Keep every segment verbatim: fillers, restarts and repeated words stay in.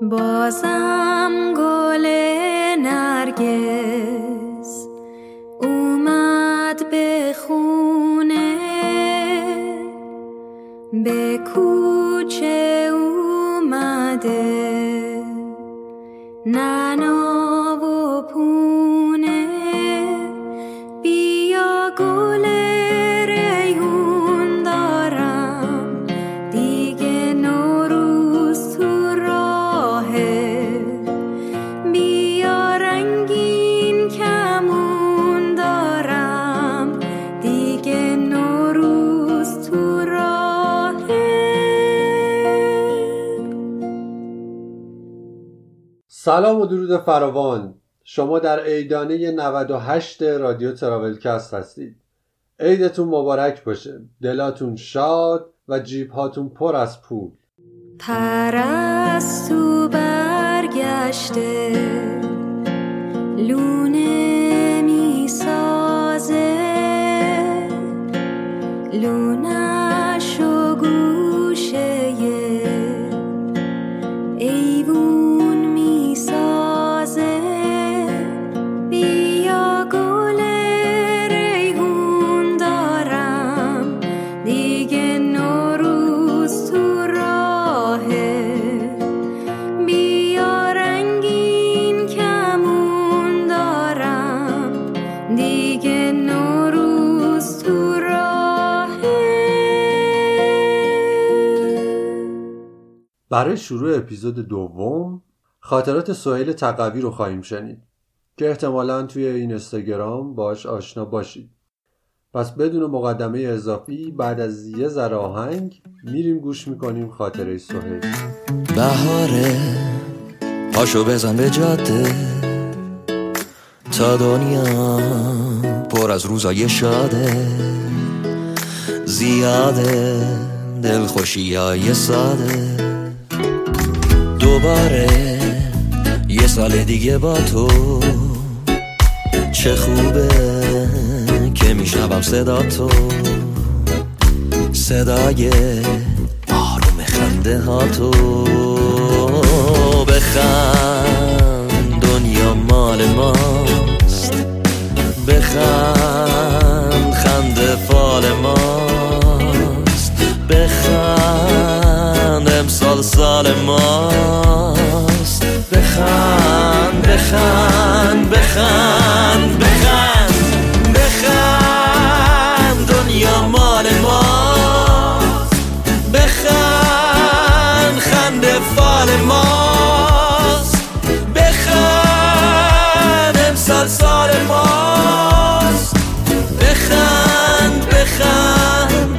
بازم گل نرگس اومد به خونه، به کوچه اومده ننا و پونه. بیا گل ریحون دارم دیگه نوروز تو راهه، بیا رنگین کمون دارم دیگه نوروز تو راهه. سلام و درود فراوان. شما در عیدانه نود و هشت رادیو تراولکست هستید. عیدتون مبارک باشه، دلاتون شاد و جیبهاتون پر از پول. پرستو برگشته لونه میسازه، لونش و گوشه ایوون میسازه. بیا گل ریحون دارم دیگه نوروز تو راهه، بیا رنگین کمون دارم دیگه نوروز تو راهه. برای شروع اپیزود دوم خاطرات سهیل تقوی رو خواهیم شنید که احتمالاً توی این اینستاگرام باش آشنا باشید. پس بدون مقدمه اضافی بعد از یه ذره آهنگ میریم گوش میکنیم خاطره سهیل. بهاره پاشو بزن به جاده تا دنیا پر از روزای شاده، زیاده دلخوشی های ساده. دوباره یه سال دیگه با تو، چه خوبه که میشنوم صدا تو، صدای آروم خنده ها تو. بخند دنیا مال ماست، بخند خنده فال ماست، بخند امسال سال ماست. بخند بخند بخند بخند بخند دنیا مال ماست، بخند خنده فال ماست، بخند امسال سال ماست. بخند بخند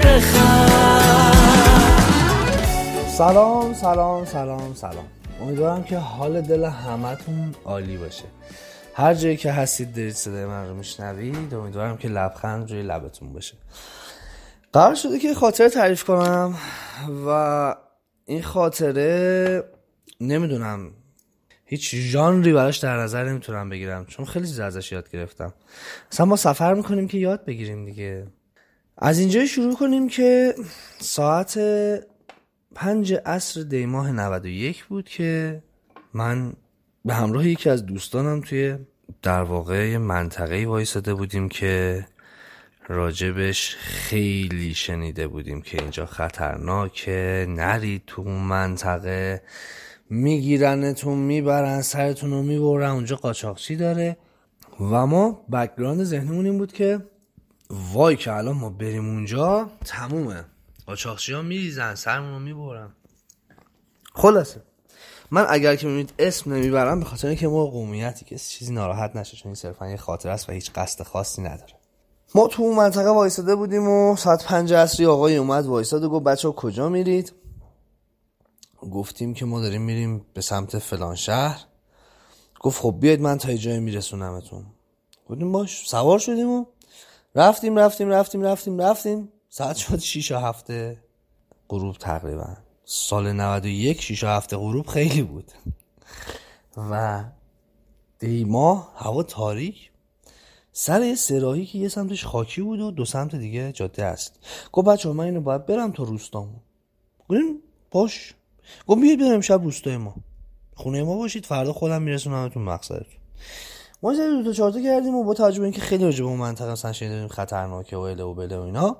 بخند. سلام سلام سلام سلام. امیدوارم که حال دل همتون عالی باشه. هر جایی که هستید دارید صدای من رو میشنوید، امیدوارم که لبخند روی لبتون باشه. قرار شده که خاطره تعریف کنم و این خاطره نمیدونم هیچ ژانری براش در نظر نمیتونم بگیرم، چون خیلی چیز ازش یاد گرفتم. اصلا ما سفر میکنیم که یاد بگیریم دیگه. از اینجا شروع کنیم که ساعت پنج عصر دی ماه نود و یک بود که من به همراه یکی از دوستانم توی در واقع منطقه‌ای وایساده بودیم که راجبش خیلی شنیده بودیم که اینجا خطرناکه، نرید تو اون منطقه، میگیرنتون میبرن سرتون رو میبرن، اونجا قاچاقچی داره. و ما بک‌گراند ذهنمون این بود که وای که الان ما بریم اونجا تمومه، قاچاقچی ها میریزن سرمون رو میبرن. خلاصه من اگر که میبینید اسم نمیبرم به خاطر اینکه ما قومیتی که چیزی ناراحت نشه، چون این صرفا یه خاطره است و هیچ قصد خاصی نداره. ما تو اون منطقه وایساده بودیم و ساعت پنج عصری آقای اومد وایساد و گفت بچه ها کجا میرید؟ گفتیم که ما داریم میریم به سمت فلان شهر. گفت خب بیاید من تا جایی میرسونمتون. گفتیم باش. سوار شدیم و رفتیم رفتیم رفتیم رفتیم رفتیم ساعت شد شیش و هفته غروب تقریبا. سال نود و یک شیش و هفته غروب خیلی بود و دی ماه هوا تاریک، سر یه سراحی که یه سمتش خاکی بود و دو سمت دیگه جاده است. گفت بچه من اینو باید برم تا روستامون. گفتیم باش. گفت بیاید بریم شب روستای ما. خونه ما باشید، فردا خودم میرسونمتون مقصدتون. ما دو تا چهار تا کردیم و با توجه به اینکه خیلی راجع به اون منطقه مثلا شنیدیم خطرناکه و اله و بله و اینا،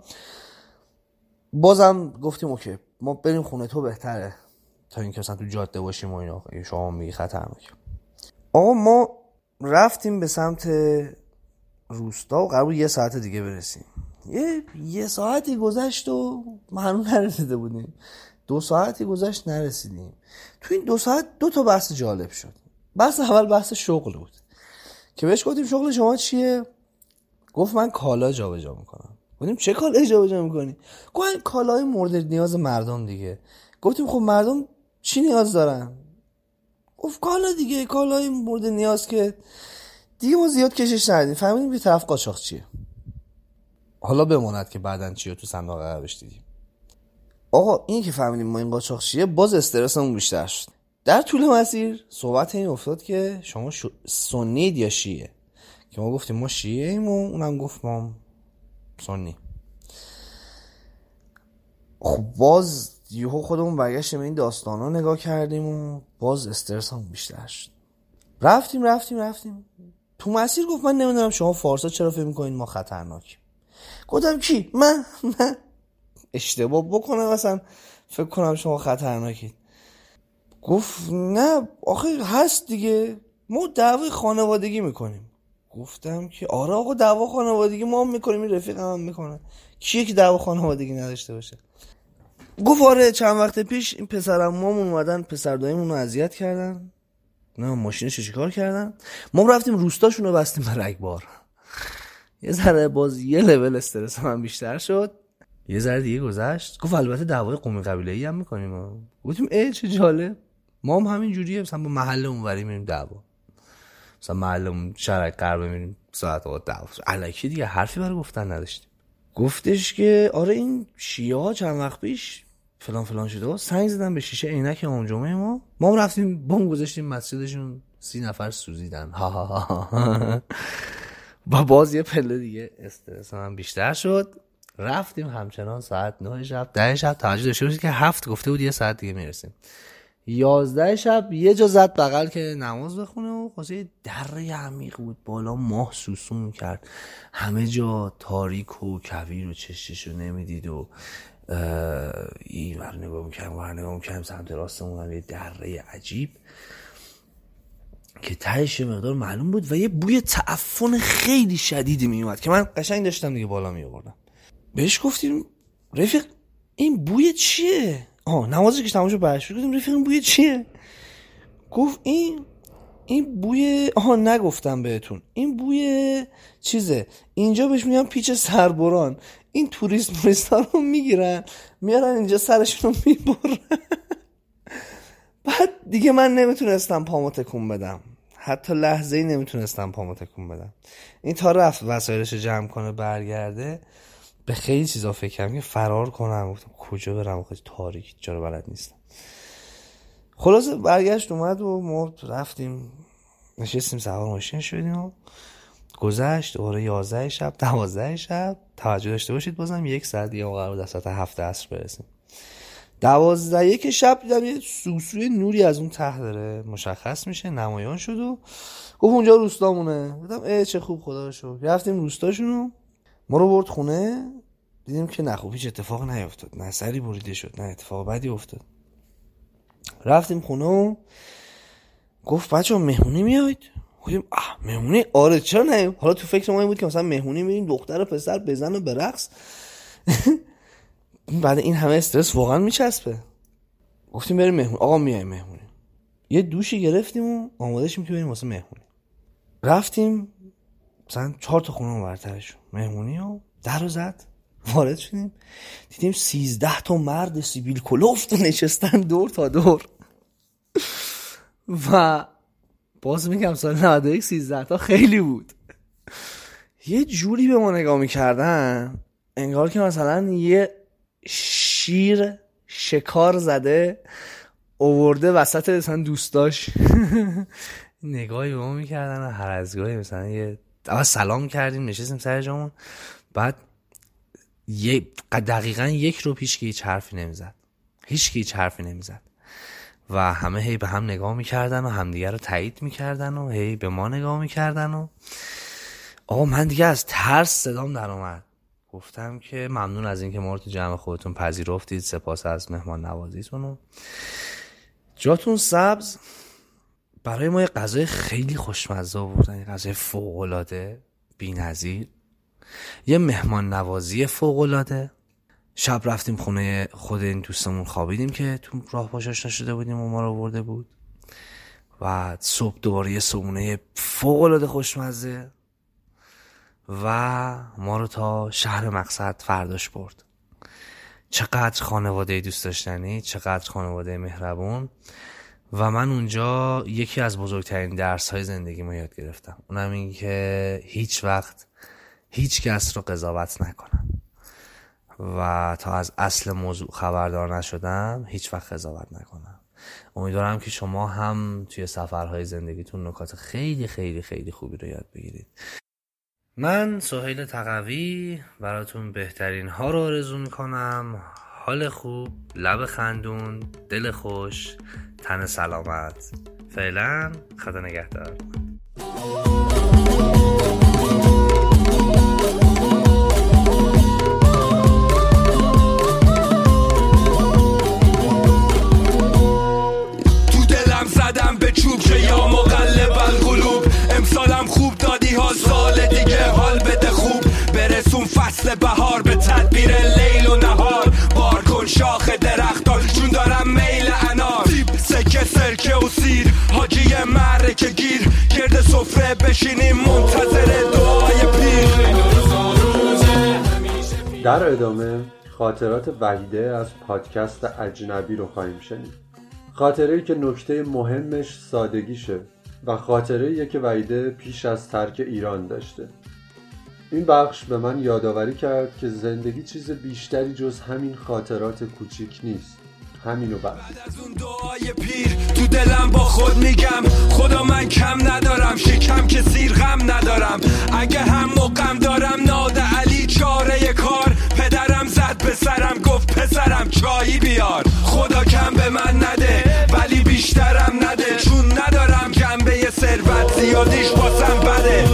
بازم گفتیم اوکی ما بریم خونه تو بهتره تا اینکه مثلا تو جاده باشیم و اینا. شما میگی خطرناکه. آقا ما رفتیم به سمت روستا و قرار بود یه ساعت دیگه برسیم. یه یه ساعتی گذشت و ما هنوز نرسیده بودیم. دو ساعتی گذشت نرسیدیم. تو این دو ساعت دو تا بحث جالب شد. بحث اول بحث شغل بود که بهش گفتیم شغل شما چیه؟ گفت من کالا جابجا میکنم. گفتیم چه کالایی جابجا میکنی؟ گفت کالای مورد نیاز مردم دیگه. گفتیم خب مردم چی نیاز دارن؟ گفت کالا دیگه، کالای مورد نیاز که دیگه ما زیاد کشش ندیدیم. فهمیدیم که طرف قاچاق چیه. حالا بماند که بعدن چی رو تو صندوق عقبش دیدیم. آقا این که فهمیدیم ما این قاچاق چیه، باز استرسمون بیشتر شد. در طول مسیر صحبت این افتاد که شما شو... سنید یا شیعه؟ که ما گفتیم ما شیعه ایم و اونم گفت ما سنی. خب باز یهو خودمون برگشتیم این داستانا نگاه کردیم و باز استرسمون بیشتر شد. رفتیم رفتیم رفتیم تو مسیر گفت من نمیدونم شما فارسا چرا فکر میکنین ما خطرناکیم. گفتم کی؟ من من اشتباه بکنم مثلا فکر کنم شما خطرناکید. گفت نه آخه هست دیگه، ما دعوای خانوادگی میکنیم. گفتم که آره آقا دعوا خانوادگی ما هم میکنیم، این رفیقم هم میکنه. کیه که دعوا خانوادگی نداشته باشه؟ گفت آره چند وقت پیش این پسرعموامون اومدن پسر داییمون رو اذیت کردن، نه ماشینشو چیکار کردن، ما رفتیم روستاشون رو بستیم به رگبار. یه ذره باز یه لول استرس من بیشتر شد. یه ذره دیگه گذشت. گفت البته دعوای قومی قبیله‌ای هم میکنیم. گفتیم ای چه جالب، ما هم همین جوریه، مثلا با محله اونوری میریم دعوا، مثلا محله شرق غرب میریم ساعت وقت دعوا. الکی دیگه حرفی برای گفتن نداشتیم. گفتش که آره این شیعه ها چند وقت پیش فلان فلان شده، سنگ زدن به شیشه عینک امام جمعه ما، ما هم رفتیم بم گذاشتیم مسجدشون، سی نفر سوزیدن. ها ها ها. با باز یه پله دیگه استرس من بیشتر شد. رفتیم همچنان ساعت نه شب ده شب توجه داشته باشید که هفت گفته بود یه ساعت دیگه میرسیم. یازده شب یه جا زد بغل که نماز بخونه و خواسته دره عمیق بود بالا، ماه سوسون کرد، همه جا تاریک و کویر و چششو نمیدید و این ور نگاه میکنم ور نگاه میکنم سمت راستمون هم یه دره عجیب که تهش مقدار معلوم بود و یه بوی تعفن خیلی شدیدی میومد که من قشنگ داشتم دیگه بالا میآوردم. بهش گفتیم رفیق این بوی چیه؟ آه نمازش که تماشا برش گفتیم رفیق این بوی چیه؟ گفت این این بوی آها نگفتم بهتون این بوی چیزه، اینجا بهش میگن پیچ سربران، این توریست توریستا رو میگیرن میارن اینجا سرشون رو میبرن. بعد دیگه من نمیتونستم پامو تکون بدم، حتی لحظه ای نمیتونستم پامو تکون بدم. این تا رفت وسایلش جمع کنه برگرده به خیلی چیزا فکر کردم که فرار کنم، گفتم کجا برم آخه تاریک جا رو بلد نیستم. خلاصه برگشت اومد و ما رفتیم نشستیم سوار ماشین شدیم و گذشت دوباره یازده شب دوازده شب. توجه داشته باشید بازم یک ساعت دیگه قرار بود ساعت هفت عصر برسیم. دوازده یک شب دیدم یه سوسوی نوری از اون ته داره مشخص میشه، نمایان شد و گفت اونجا روستامونه. گفتم ای چه خوب خدا رو شکر. رفتیم روستاشونو، ما رو برد خونه، دیدیم که نه خوب هیچ اتفاق نیفتاد، نه سری بریده شد، نه اتفاق بدی افتاد. رفتیم خونه و گفت بچه‌ها مهمونی میایید؟ گفتیم آه مهمونی آره چرا نه. حالا تو فکر ما این بود که مثلا مهمونی میریم دختر و پسر بزن و برقص. بعد این همه استرس واقعا میچسبه. گفتیم بریم مهمونی. آقا میایم مهمونی. یه دوشی گرفتیم و آماده شیم که بریم واسه مهمونی. رفتیم مثلا چهار تا خونه برترشون مهمونی و در رو زد، وارد شدیم دیدیم سیزده تا مرد سیبیل کلفت نشستن دور تا دور و باز میگم سال نود و یک سیزده تا خیلی بود. یه جوری به ما نگاه میکردن انگار که مثلا یه شیر شکار زده آورده وسط مثلا دوستاش. نگاهی به ما میکردن و هر از گاهی مثلا یه اول سلام کردیم نشستیم سر جامون، بعد یه دقیقاً یک رو پیش که هیچ حرفی نمیزد، هیچ که هیچ حرفی نمیزد. و همه هی به هم نگاه میکردن و همدیگه رو تایید میکردن و هی به ما نگاه میکردن و آقا من دیگه از ترس صدام در اومد. گفتم که ممنون از اینکه ما رو تو جمع خودتون پذیرفتید، سپاس از مهمان نوازیتون و جاتون سبز. برای ما یه غذای خیلی خوشمزه آوردن، یه غذای فوق‌العاده بی‌نظیر، یه مهمان نوازی فوق‌العاده. شب رفتیم خونه خود این دوستمون خوابیدیم که تو راه باش آشنا شده بودیم و ما رو آورده بود و صبح دوباره یه صبحونه فوق‌العاده خوشمزه و ما رو تا شهر مقصد فرداش برد. چقدر خانواده دوست داشتنی، چقدر خانواده مهربون. و من اونجا یکی از بزرگترین درس های زندگی ما یاد گرفتم، اونم این که هیچ وقت هیچ کس رو قضاوت نکنم و تا از اصل موضوع خبردار نشدم هیچ وقت قضاوت نکنم. امیدوارم که شما هم توی سفرهای زندگیتون نکات خیلی خیلی خیلی خوبی رو یاد بگیرید. من سهیل تقوی براتون بهترین ها رو آرزو میکنم. حال خوب، لب خندون، دل خوش، تن سلامت. فعلا خدا نگهدار. تو دلم زدم به چوب که یا مقلب القلوب، امسالم خوب دادی حال، سال دیگه حال بده خوب. برسون فصل بهار به تدبیر لیل و نهار، بار کن شاخ درختان چون دارم میل انار. سکه سرکه و سیر حاجی معرکه گیر، گرد سفره بشینیم منتظر دعای پیر. در ادامه خاطرات وحیده از پادکست اجنبی رو خواهیم شنید. خاطره‌ای که نکته مهمش سادگیشه و خاطره‌ایه که وحیده پیش از ترک ایران داشته. این بخش به من یادآوری کرد که زندگی چیز بیشتری جز همین خاطرات کوچیک نیست. همینو بعد از اون دعای پیر تو دلم با خود میگم خدا من کم ندارم، شکم که سیر غم ندارم. اگه هم مقام دارم ناد علی چاره کار، پدرم زد به سرم گفت پسرم چایی بیار. خدا کم به من نده ولی بیشترم نده، چون ندارم جنبه ثروت زیادیش باسم بده.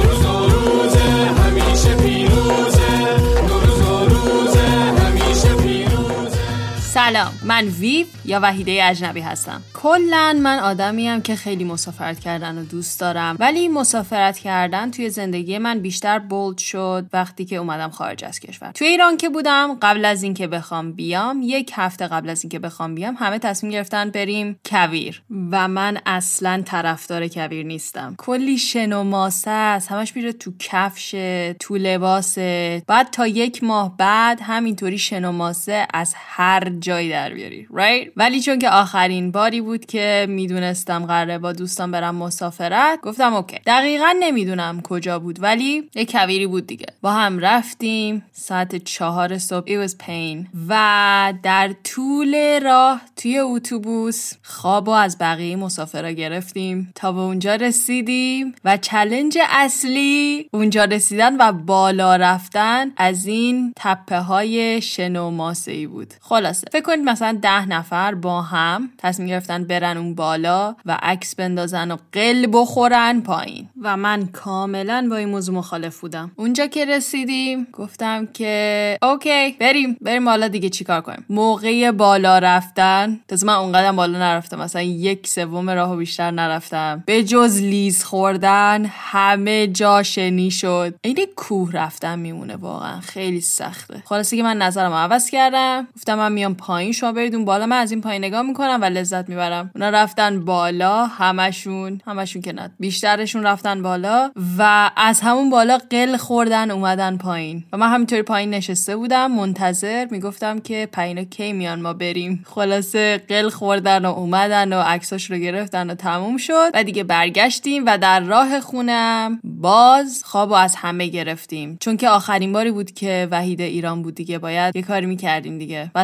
سلام، من ویو یا وحیده اجنبی هستم. کلاً من آدمیم که خیلی مسافرت کردن رو دوست دارم، ولی مسافرت کردن توی زندگی من بیشتر بولد شد وقتی که اومدم خارج از کشور. توی ایران که بودم، قبل از این که بخوام بیام، یک هفته قبل از این که بخوام بیام، همه تصمیم گرفتن بریم کویر و من اصلاً طرفدار کویر نیستم. کلی شن و ماسه است، همش میره تو کفش، تو لباس. بعد تا یک ماه بعد همینطوری شن و ماسه از هر جایی در بیاری، right؟ ولی چون که آخرین باری بود که میدونستم قراره با دوستان برم مسافرت، گفتم اوکی. دقیقاً نمیدونم کجا بود ولی یک کویری بود دیگه. با هم رفتیم ساعت چهار صبح. It was pain. و در طول راه توی اتوبوس خوابو از بقیه مسافرها گرفتیم تا به اونجا رسیدیم و چالش اصلی اونجا رسیدن و بالا رفتن از این تپه های شن و ماسه‌ای بود. خلاصه فکر کنید مثلا ده نفر با هم تصمیم گرفتن برن اون بالا و عکس بندازن و قل بخورن پایین و من کاملا با این موضوع مخالف بودم. اونجا که رسیدیم گفتم که اوکی بریم بریم بالا دیگه، چیکار کنیم. موقع بالا رفتن تازه من اونقدر بالا نرفتم، مثلا یک سوم راهو بیشتر نرفتم، به جز لیز خوردن همه جا شنی شد. این کوه رفتن میمونه، واقعا خیلی سخته. خلاصه که من نظرم عوض کردم، گفتم من میام پایین، شما برید اون بالا، من از این پایین نگاه میکنم و لذت میبرم. اونا رفتن بالا، همشون همشون که نه بیشترشون رفتن بالا و از همون بالا قل خوردن اومدن پایین و من همینطوری پایین نشسته بودم منتظر، میگفتم که پایینا کی میان ما بریم. خلاصه قل خوردن و اومدن و عکساش رو گرفتن و تموم شد و دیگه برگشتیم و در راه خونم باز خوابو از همه گرفتیم، چون که آخرین باری بود که وحید ایران بود دیگه، باید یه کاری میکردیم دیگه. بعد همه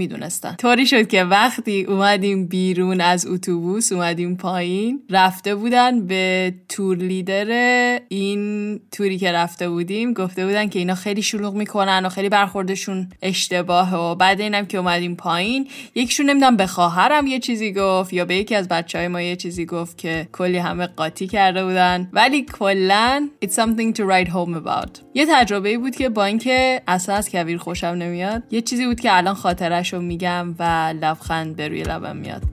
میدونستن. طوری شد که وقتی اومدیم بیرون از اتوبوس، اومدیم پایین، رفته بودن به تور لیدر این توری که رفته بودیم گفته بودن که اینا خیلی شلوغ میکنن و خیلی برخوردشون اشتباهه. و بعد اینم که اومدیم پایین یکیشون نمیدونم به خواهرم یه چیزی گفت یا به یکی از بچهای ما یه چیزی گفت که کلی همه قاطی کرده بودن. ولی کلن it's something to write home about. یه تجربه‌ای بود که با اینکه اصلا از کویر خوشم نمیاد، یه چیزی بود که الان خاطرشو میگم و لبخند به روی لبم میاد.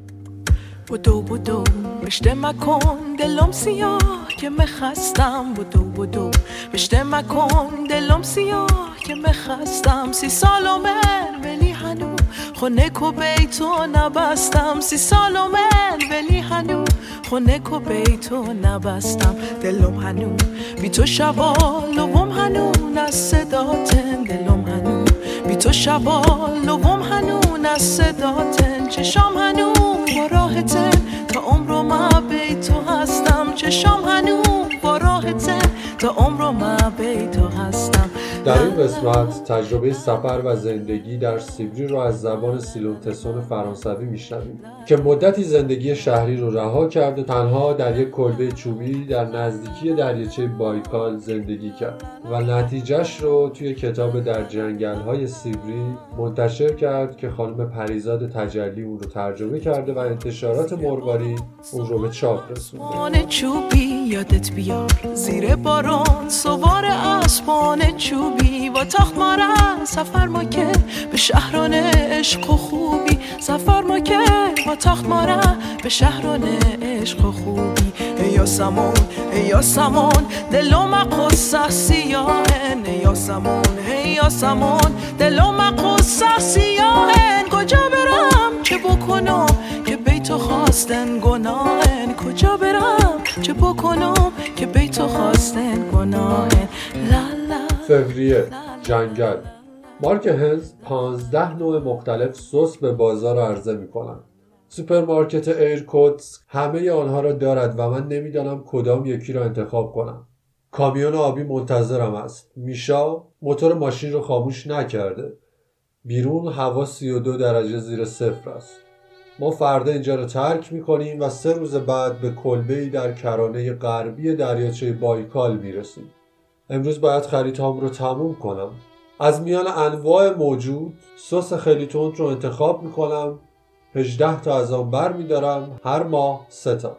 بودو بودو بشته مکن دلم سیاه که مخستم، بودو بودو بشته مکن دلم سیاه که مخستم. سی سالمه ولی هنو خونه کو بیتو نبستم. سی سالمه ولی هنو خونه کو بیتو نبستم. دلم هنو بی تو شبا لبم هنو نه صداتن. دلم هنو بی تو شبا لبم هنو نه صداتن. چشام هنو با راحتن تا عمرو ما بیتو هستم. چشام هنو با راحتن تا عمرو ما بیتو هستم. در این قسمت تجربه سفر و زندگی در سیبری رو از زبان سیلون تسون فرانسوی میشنویم که مدتی زندگی شهری رو رها کرد و تنها در یک کلبه چوبی در نزدیکی دریاچه بایکال زندگی کرد و نتیجهش رو توی کتاب در جنگل‌های سیبری منتشر کرد که خانم پریزاد تجلی اون رو ترجمه کرده و انتشارات مروارید اون رو به چاپ رسونده. چوبی یادت بیار زیر باران سوار اسبان چوبی و تاخت مارن سفر ما که به شهران عشق و خوبی. سفر ما که با تاخت مارن به شهران عشق و خوبی. ای یاسمون ای یاسمون دلم قصه سیاهن. ای یاسمون ای یاسمون دلم قصه سیاهن. کجا برم چه بکنم که بیتو خواستن گناهن. کجا برم چه بکنم که بیتو خواستن گناهن. لالا فوریه جنگل. مارک هنز پانزده نوع مختلف سس به بازار عرضه می کنند. سوپرمارکت ایرکوتس همه آنها را دارد و من نمیدانم کدام یکی را انتخاب کنم. کامیون آبی منتظرم است. میشا موتور ماشین رو خاموش نکرده. بیرون هوا سی و دو درجه زیر صفر است. ما فردا اینجا رو ترک میکنیم و سه روز بعد به کلبه‌ای در کرانه غربی دریاچه بایکال میرسیم. امروز باید خریدهام رو تموم کنم. از میان انواع موجود سس خیلی تند رو انتخاب میکنم. هجده تا از آن بر میدارم، هر ماه سه تا.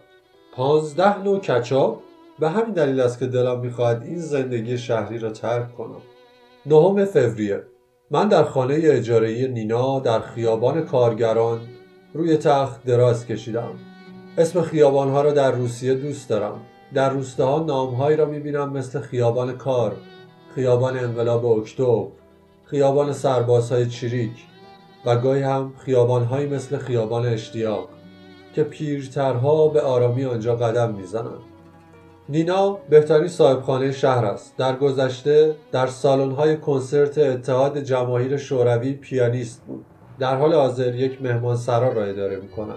پانزده نوع کچاپ. به همین دلیل است که دلم میخواهد این زندگی شهری را ترک کنم. نهم فوریه. من در خانه اجاره‌ای نینا در خیابان کارگران روی تخت دراز کشیدم. اسم خیابانها را در روسیه دوست دارم. در روستاها نامهایی را میبینم مثل خیابان کار، خیابان انقلاب اکتبر، خیابان سربازهای چریک و گاهی هم خیابانهایی مثل خیابان اشتیاق که پیرترها به آرامی آنجا قدم میزنند. نینا بهترین صاحبخانه شهر است. در گذشته در سالن‌های کنسرت اتحاد جماهیر شوروی پیانیست بود. در حال حاضر یک مهمانسرا را اداره می‌کند.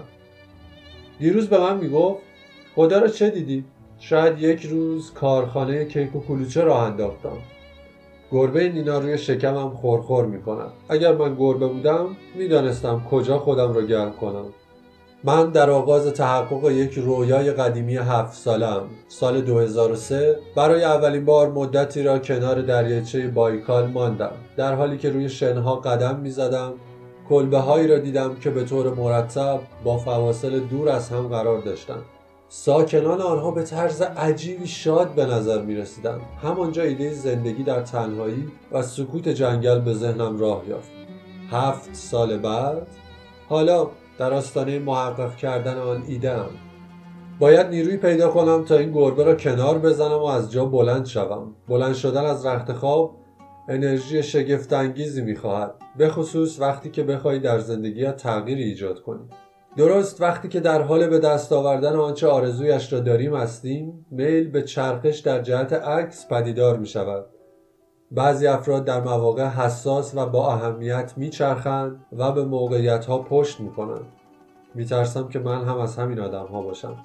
دیروز به من میگفت خدا را چه دیدی؟ شاید یک روز کارخانه کیک و کلوچه راه انداختم. گربه نینا روی شکمم خورخور می‌کند. اگر من گربه بودم می‌دانستم کجا خودم را گرم کنم. من در آغاز تحقق یک رویای قدیمی هفت سالم سال دو هزار و سه برای اولین بار مدتی را کنار دریاچه بایکال ماندم. در حالی که روی شنها قدم می زدم کلبه هایی را دیدم که به طور مرتب با فواصل دور از هم قرار داشتند. ساکنان آنها به طرز عجیبی شاد به نظر می رسیدند. همانجا ایده زندگی در تنهایی و سکوت جنگل به ذهنم راه یافت. هفت سال بعد حالا در آستانه محقق کردن آن ایده‌ام. باید نیروی پیدا کنم تا این گربه را کنار بزنم و از جا بلند شوم. بلند شدن از رخت خواب انرژی شگفت‌انگیزی می‌خواهد، به خصوص وقتی که بخوای در زندگیت تغییر ایجاد کنی. درست وقتی که در حال به دست آوردن آنچه آرزویش را داریم هستیم، میل به چرخش در جهت عکس پدیدار می‌شود. بعضی افراد در مواقع حساس و با اهمیت میچرخند و به موقعیت‌ها پشت میکنند. میترسم که من هم از همین آدم‌ها باشم.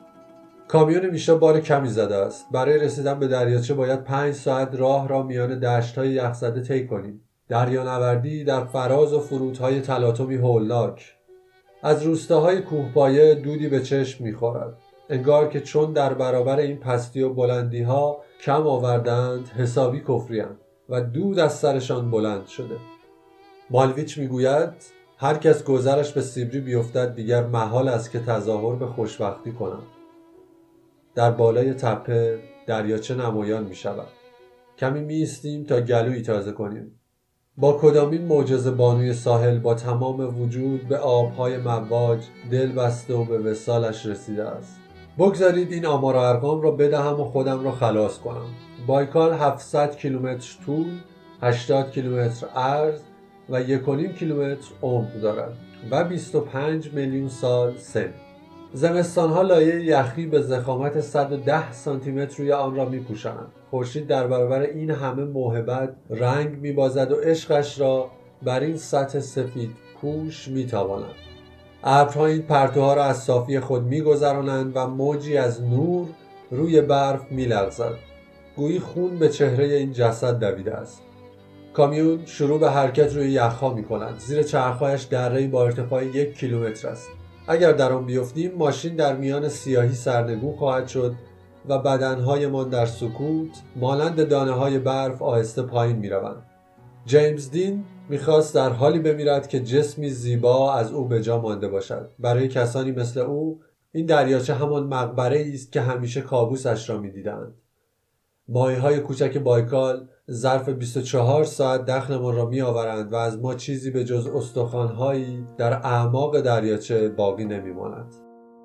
کامیون میشا بار کمی زده است. برای رسیدن به دریاچه باید پنج ساعت راه را میان دشت‌های یخزده طی کنیم. دریانوردی در فراز و فرودهای تلاطمی هولناک. از روستاهای کوهپایه دودی به چشم می‌خورد. انگار که چون در برابر این پستی و بلندی ها کم آوردند حسابی کفری‌اند و دود از سرشان بلند شده. مالویچ میگوید هر کس گذرش به سیبری بیفتد دیگر محال است که تظاهر به خوشبختی کنند. در بالای تپه دریاچه نمایان می شود. کمی می ایستیم تا گلویی تازه کنیم. با کدامین معجزه بانوی ساحل با تمام وجود به آبهای مواج دل بسته و به وصالش رسیده است. بگذارید این آمار و ارقام را بدهم و خودم را خلاص کنم. بایکال هفتصد کیلومتر طول، هشتاد کیلومتر عرض و یک و نیم کیلومتر عمق دارد و بیست و پنج میلیون سال سن. زمستان‌ها لایه یخی به ضخامت صد و ده سانتی متر روی آن را می‌پوشانند. خورشید در برابر این همه موهبت رنگ می‌بازد و عشقش را بر این سطح سفید پوش می‌تواند. ابرها این پرتوها را از صافی خود می‌گذرانند و موجی از نور روی برف می‌لغزد. گویی خون به چهره این جسد دویده است. کامیون شروع به حرکت روی یخها می‌کند. زیر چرخ‌هایش دره‌ای با ارتفاع یک کیلومتر است. اگر در آن بیفتیم ماشین در میان سیاهی سرنگون خواهد شد و بدنهایمان در سکوت مانند دانه‌های برف آهسته پایین می‌روند. جیمز دین می‌خواست در حالی بمیرد که جسمی زیبا از او به جا مانده باشد. برای کسانی مثل او این دریاچه همان مقبره‌ای است که همیشه کابوسش را می‌دیدند. ماهی‌های کوچک بایکال ظرف بیست و چهار ساعت دخلمان را می‌آورند و از ما چیزی به جز استخوان‌هایی در اعماق دریاچه باقی نمی‌ماند.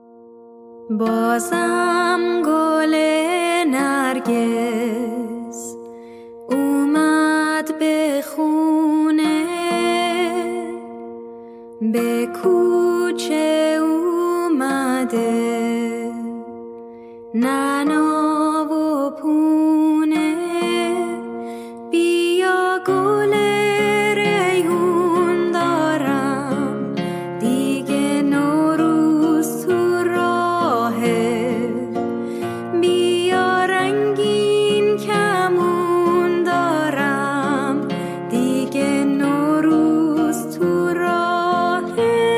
بازم گل نرگس اومد به خونه، به کوچه اومده ننا و پونه. بیا گل ریحون دارم دیگه نوروز تو راهه. بیا رنگین کمون دارم دیگه نوروز تو راهه.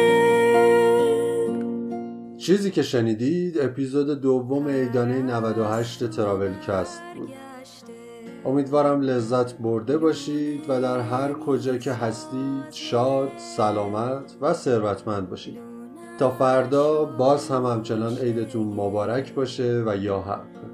چیزی که شنیدید اپیزود دوم ایدانه نود و هشت تراول کست بود. امیدوارم لذت برده باشید و در هر کجا که هستید شاد، سلامت و ثروتمند باشید. تا فردا باز هم همچنان عیدتون مبارک باشه و یا حق.